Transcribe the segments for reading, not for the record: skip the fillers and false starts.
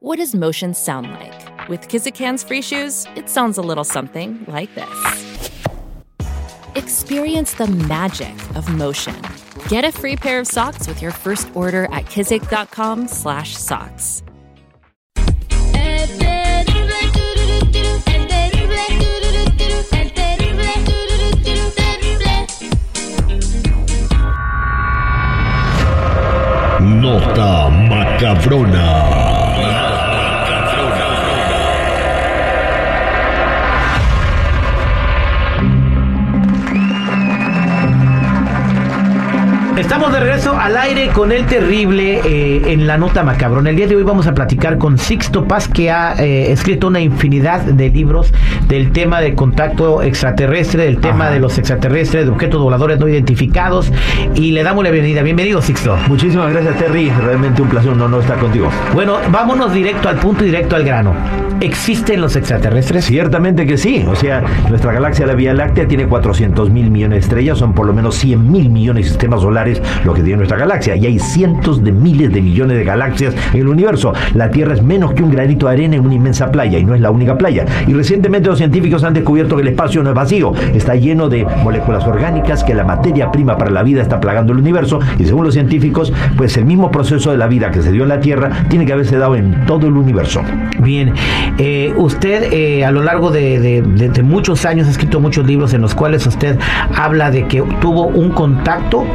What does motion sound like? With Kizik Hands Free Shoes, it sounds a little something like this. Experience the magic of motion. Get a free pair of socks with your first order at kizik.com/socks. Nota macabrona. Estamos de regreso al aire con el terrible en la nota macabrona. El día de hoy vamos a platicar con Sixto Paz, que ha escrito una infinidad de libros del tema del contacto extraterrestre, del tema de los extraterrestres, de objetos voladores no identificados, y le damos la bienvenida. Bienvenido, Sixto. Muchísimas gracias, Terry. Realmente un placer, un honor estar contigo. Bueno, vámonos directo al punto y directo al grano. ¿Existen los extraterrestres? Ciertamente que sí. O sea, nuestra galaxia, la Vía Láctea, tiene 400.000 millones de estrellas. Son por lo menos 100.000 millones de sistemas solares lo que tiene nuestra galaxia. Y hay cientos de miles de millones de galaxias en el universo. La Tierra es menos que un granito de arena en una inmensa playa, y no es la única playa. Y recientemente los científicos han descubierto que el espacio no es vacío. Está lleno de moléculas orgánicas, que la materia prima para la vida está plagando el universo. Y según los científicos, pues el mismo proceso de la vida que se dio en la Tierra tiene que haberse dado en todo el universo. Bien. Usted a lo largo de muchos años ha escrito muchos libros en los cuales usted habla de que tuvo un contacto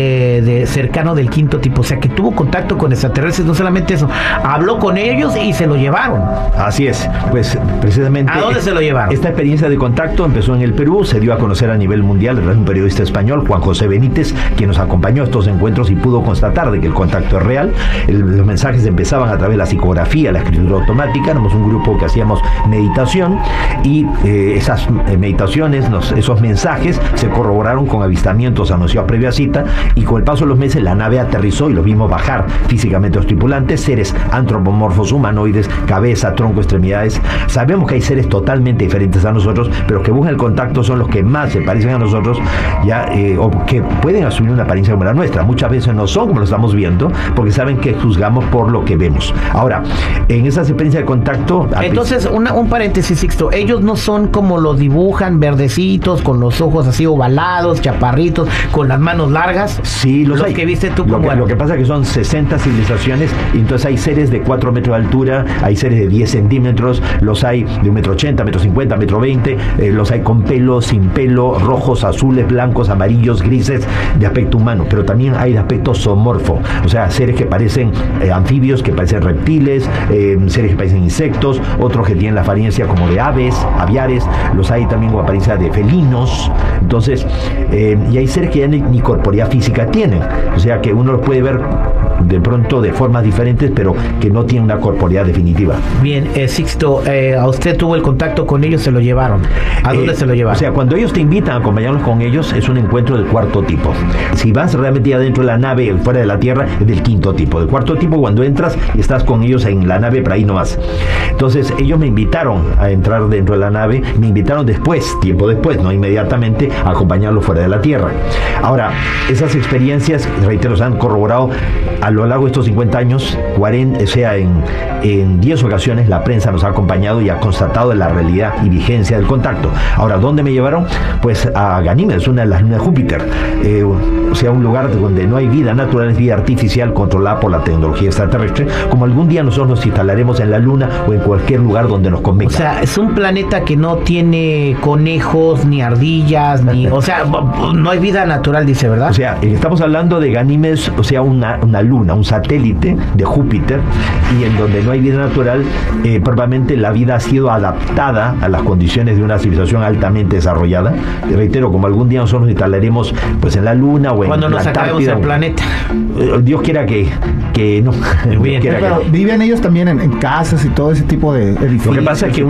cercano del quinto tipo, o sea que tuvo contacto con extraterrestres. No solamente eso, habló con ellos y se lo llevaron. Así es, pues precisamente. ¿A dónde se lo llevaron? Esta experiencia de contacto empezó en el Perú, se dio a conocer a nivel mundial gracias a un periodista español, Juan José Benítez, quien nos acompañó a estos encuentros y pudo constatar de que el contacto es real. Los mensajes empezaban a través de la psicografía, la escritura automática. Éramos un grupo que hacíamos meditación, y esas meditaciones, esos mensajes se corroboraron con avistamientos anunciados previa cita, y con el paso de los meses la nave aterrizó y los vimos bajar físicamente a los tripulantes, seres antropomorfos, humanoides, cabeza, tronco, extremidades. Sabemos que hay seres totalmente diferentes a nosotros, pero que buscan el contacto son los que más se parecen a nosotros, o que pueden asumir una apariencia como la nuestra. Muchas veces no son como lo estamos viendo, porque saben que juzgamos por lo que vemos. Ahora, en esas experiencias de contacto... Entonces, un paréntesis, Sixto. Ellos no son como los dibujan, verdecitos, con los ojos así ovalados, chaparritos, con las manos largas. Sí, los hay. Que viste tú. Lo que pasa es que son 60 civilizaciones, y entonces hay seres de 4 metros de altura, hay seres de 10 centímetros, los hay de 1,80 m, 1,50 m, 1,20 m, los hay con pelo, sin pelo, rojos, azules, blancos, amarillos, grises, de aspecto humano, pero también hay de aspecto zoomorfo, o sea, seres que parecen anfibios, que parecen reptiles, seres que parecen insectos, otros que tienen la apariencia como de aves, aviares, los hay también con apariencia de felinos. Entonces, y hay seres que ya ni corporeidad física tienen, o sea que uno los puede ver de pronto de formas diferentes, pero que no tienen una corporeidad definitiva. Bien, Sixto, a usted tuvo el contacto con ellos, se lo llevaron. ¿A dónde se lo llevaron? O sea, cuando ellos te invitan a acompañarlos con ellos, es un encuentro del cuarto tipo. Si vas realmente ya dentro de la nave, fuera de la Tierra, es del quinto tipo. Del cuarto tipo, cuando entras y estás con ellos en la nave, pero ahí nomás. Entonces, ellos me invitaron a entrar dentro de la nave, me invitaron después, tiempo después, no inmediatamente, a acompañarlos fuera de la Tierra. Ahora, esas experiencias, reitero, se han corroborado a lo largo de estos 50 años, 40, o sea, en 10 ocasiones la prensa nos ha acompañado y ha constatado la realidad y vigencia del contacto. Ahora, ¿dónde me llevaron? Pues a Ganímedes, una de las lunas de Júpiter. O sea, un lugar donde no hay vida natural, es vida artificial controlada por la tecnología extraterrestre, como algún día nosotros nos instalaremos en la Luna o en cualquier lugar donde nos convenga. O sea, es un planeta que no tiene conejos, ni ardillas, ni... O sea, no hay vida natural, dice, ¿verdad? O sea, estamos hablando de Ganímedes, o sea, una luna, un satélite de Júpiter, y en donde no hay vida natural, probablemente la vida ha sido adaptada a las condiciones de una civilización altamente desarrollada. Y reitero, como algún día nosotros nos instalaremos pues en la Luna o en cuando nos acabemos el planeta. Dios quiera que no. Bien, pero viven ellos también en casas y todo ese tipo de edificios. Lo que pasa es que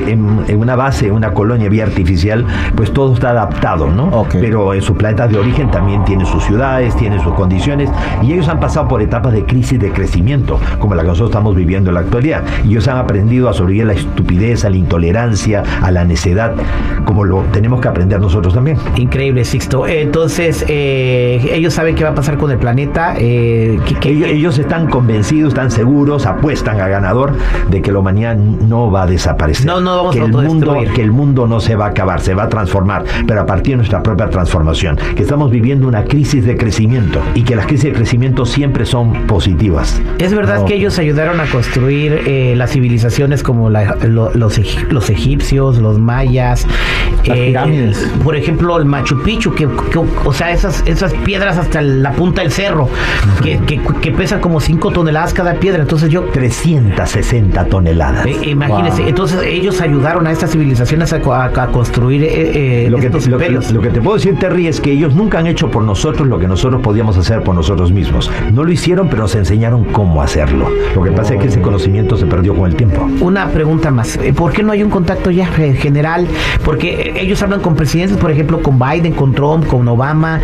en una colonia vía artificial, pues todo está adaptado, ¿no? Okay. Pero en sus planetas de origen también tiene sus ciudades, tiene sus condiciones, y ellos han pasado por etapas de crisis de crecimiento, como la que nosotros estamos viviendo en la actualidad. Y ellos han aprendido a sobrevivir a la estupidez, a la intolerancia, a la necedad, como lo tenemos que aprender nosotros también. Increíble, Sixto. Entonces, ellos saben qué va a pasar con el planeta. Ellos están convencidos, están seguros, apuestan a ganador de que la humanidad no va a desaparecer. No vamos que a autodestruir. Que el mundo no se va a acabar, se va a transformar, pero a partir de nuestra propia transformación. Que estamos viviendo una crisis de crecimiento y que las crisis de crecimiento siempre son positivas. Es verdad que ellos ayudaron a construir las civilizaciones como los egipcios, los mayas, las pirámides. Por ejemplo, el Machu Picchu, o sea, esas piedras hasta la punta del cerro, que pesan como 5 toneladas cada piedra. Entonces 360 toneladas. Imagínense. Wow. Entonces ellos ayudaron a estas civilizaciones a construir estos imperios. Lo que te puedo decir, Terry, es que ellos nunca han hecho por nosotros lo que nosotros podíamos hacer por nosotros mismos. No lo hicieron, pero nos enseñaron cómo hacerlo. Lo que pasa es que ese conocimiento se perdió con el tiempo. Una pregunta más. ¿Por qué no hay un contacto ya general? Porque ellos hablan con presidentes, por ejemplo, con Biden, con Trump, con Obama.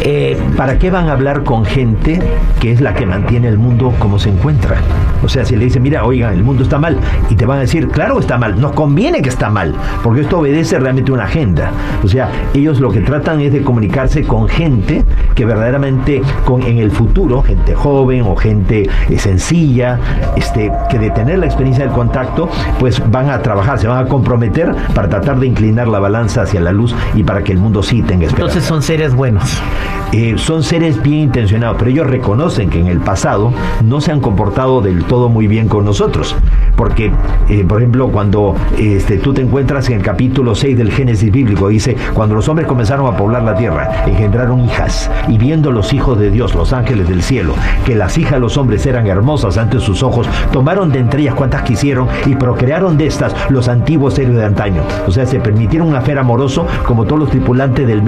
¿Para qué van a hablar con gente que es la que mantiene el mundo como se encuentra? O sea, si le dicen, mira, oigan, el mundo está mal, y te van a decir, claro que está mal, nos conviene que está mal, porque esto obedece realmente una agenda. O sea, ellos lo que tratan es de comunicarse con gente que verdaderamente en el futuro, gente joven o gente sencilla, que de tener la experiencia del contacto, pues van a trabajar, se van a comprometer para tratar de inclinar la balanza hacia la luz y para que el mundo sí tenga esperanza. Entonces son seres buenos. Son seres bien intencionados, pero ellos reconocen que en el pasado no se han comportado del todo muy bien con nosotros. Porque, por ejemplo, cuando tú te encuentras en el capítulo 6 del Génesis bíblico, dice, cuando los hombres comenzaron a poblar la tierra, engendraron hijas, y viendo los hijos de Dios, los ángeles del cielo, que las hijas de los hombres eran hermosas ante sus ojos, tomaron de entre ellas cuantas quisieron y procrearon de estas los antiguos héroes de antaño. O sea, se permitieron un afer amoroso como todos los tripulantes del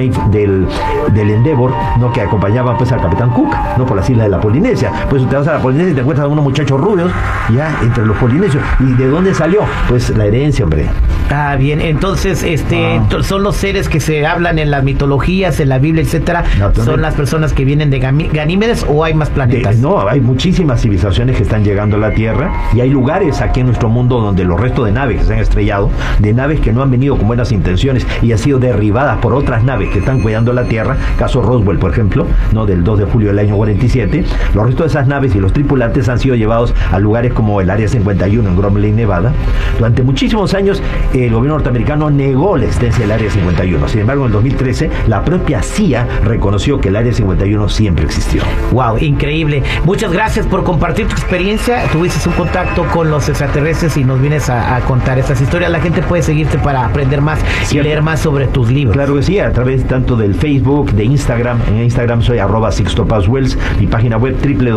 Endeavor, ¿no?, que acompañaban pues al Capitán Cook, ¿no?, por las islas de la Polinesia. Pues te vas a la Polinesia y te encuentras a unos muchachos rubios, ya, entre los polinesios. ¿Y de dónde salió? Pues la herencia, hombre. Ah, bien. Entonces, son los seres que se hablan en las mitologías, en la Biblia, etcétera. ¿Son las personas que vienen de Ganímedes o hay más planetas? No, hay muchísimas civilizaciones que están llegando a la Tierra, y hay lugares aquí en nuestro mundo donde los restos de naves que se han estrellado, de naves que no han venido con buenas intenciones y han sido derribadas por otras naves que están cuidando la Tierra, caso Roswell, por ejemplo, ¿no?, del 2 de julio del año 47, los restos de esas naves y los tripulantes han sido llevados a lugares como el Área 51 en Gromley, Nevada. Durante muchísimos años el gobierno norteamericano negó la existencia del Área 51. Sin embargo, en el 2013 la propia CIA reconoció que el Área 51 siempre existió. Wow, increíble. Muchas gracias por compartir tu experiencia. Tuviste un contacto con los extraterrestres y nos vienes a contar estas historias. La gente puede seguirte para aprender más y leer más sobre tus libros. Claro que sí, a través tanto del Facebook, de Instagram. En Instagram soy @SixtoPazWells, mi página web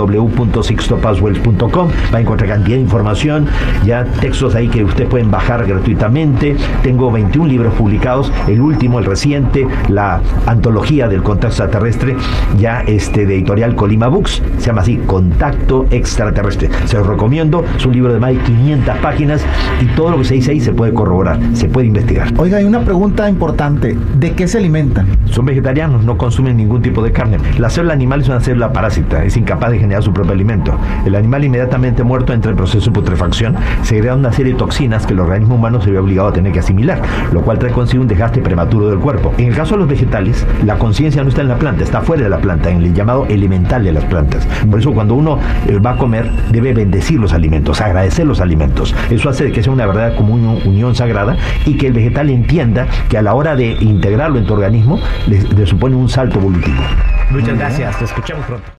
www.sixtopazwells.com. Va a encontrar cantidad de información, ya textos ahí que usted pueden bajar gratuitamente. Tengo 21 libros publicados, el último, el reciente, la antología del contacto extraterrestre, ya de editorial Colima Books, se llama así, Contacto Extraterrestre. Se los recomiendo, es un libro de más de 500 páginas y todo lo que se dice ahí se puede corroborar, se puede investigar. Oiga, hay una pregunta importante, ¿de qué se alimentan? Son vegetarianos, no consumen ningún tipo de carne. La célula animal es una célula parásita, es incapaz de generar su propio alimento. El animal inmediatamente muerto entra en proceso de putrefacción, se crea una serie de toxinas que el organismo humano se ve obligado a tener que asimilar, lo cual trae consigo un desgaste prematuro del cuerpo. En el caso de los vegetales, la conciencia no está en la planta, está fuera de la planta, en el llamado elemental de las plantas. Por eso cuando uno va a comer, debe bendecir los alimentos, agradecer los alimentos. Eso hace que sea una verdadera unión sagrada y que el vegetal entienda que a la hora de integrarlo en tu organismo le supone un salto evolutivo. Muchas gracias, te escuchamos pronto.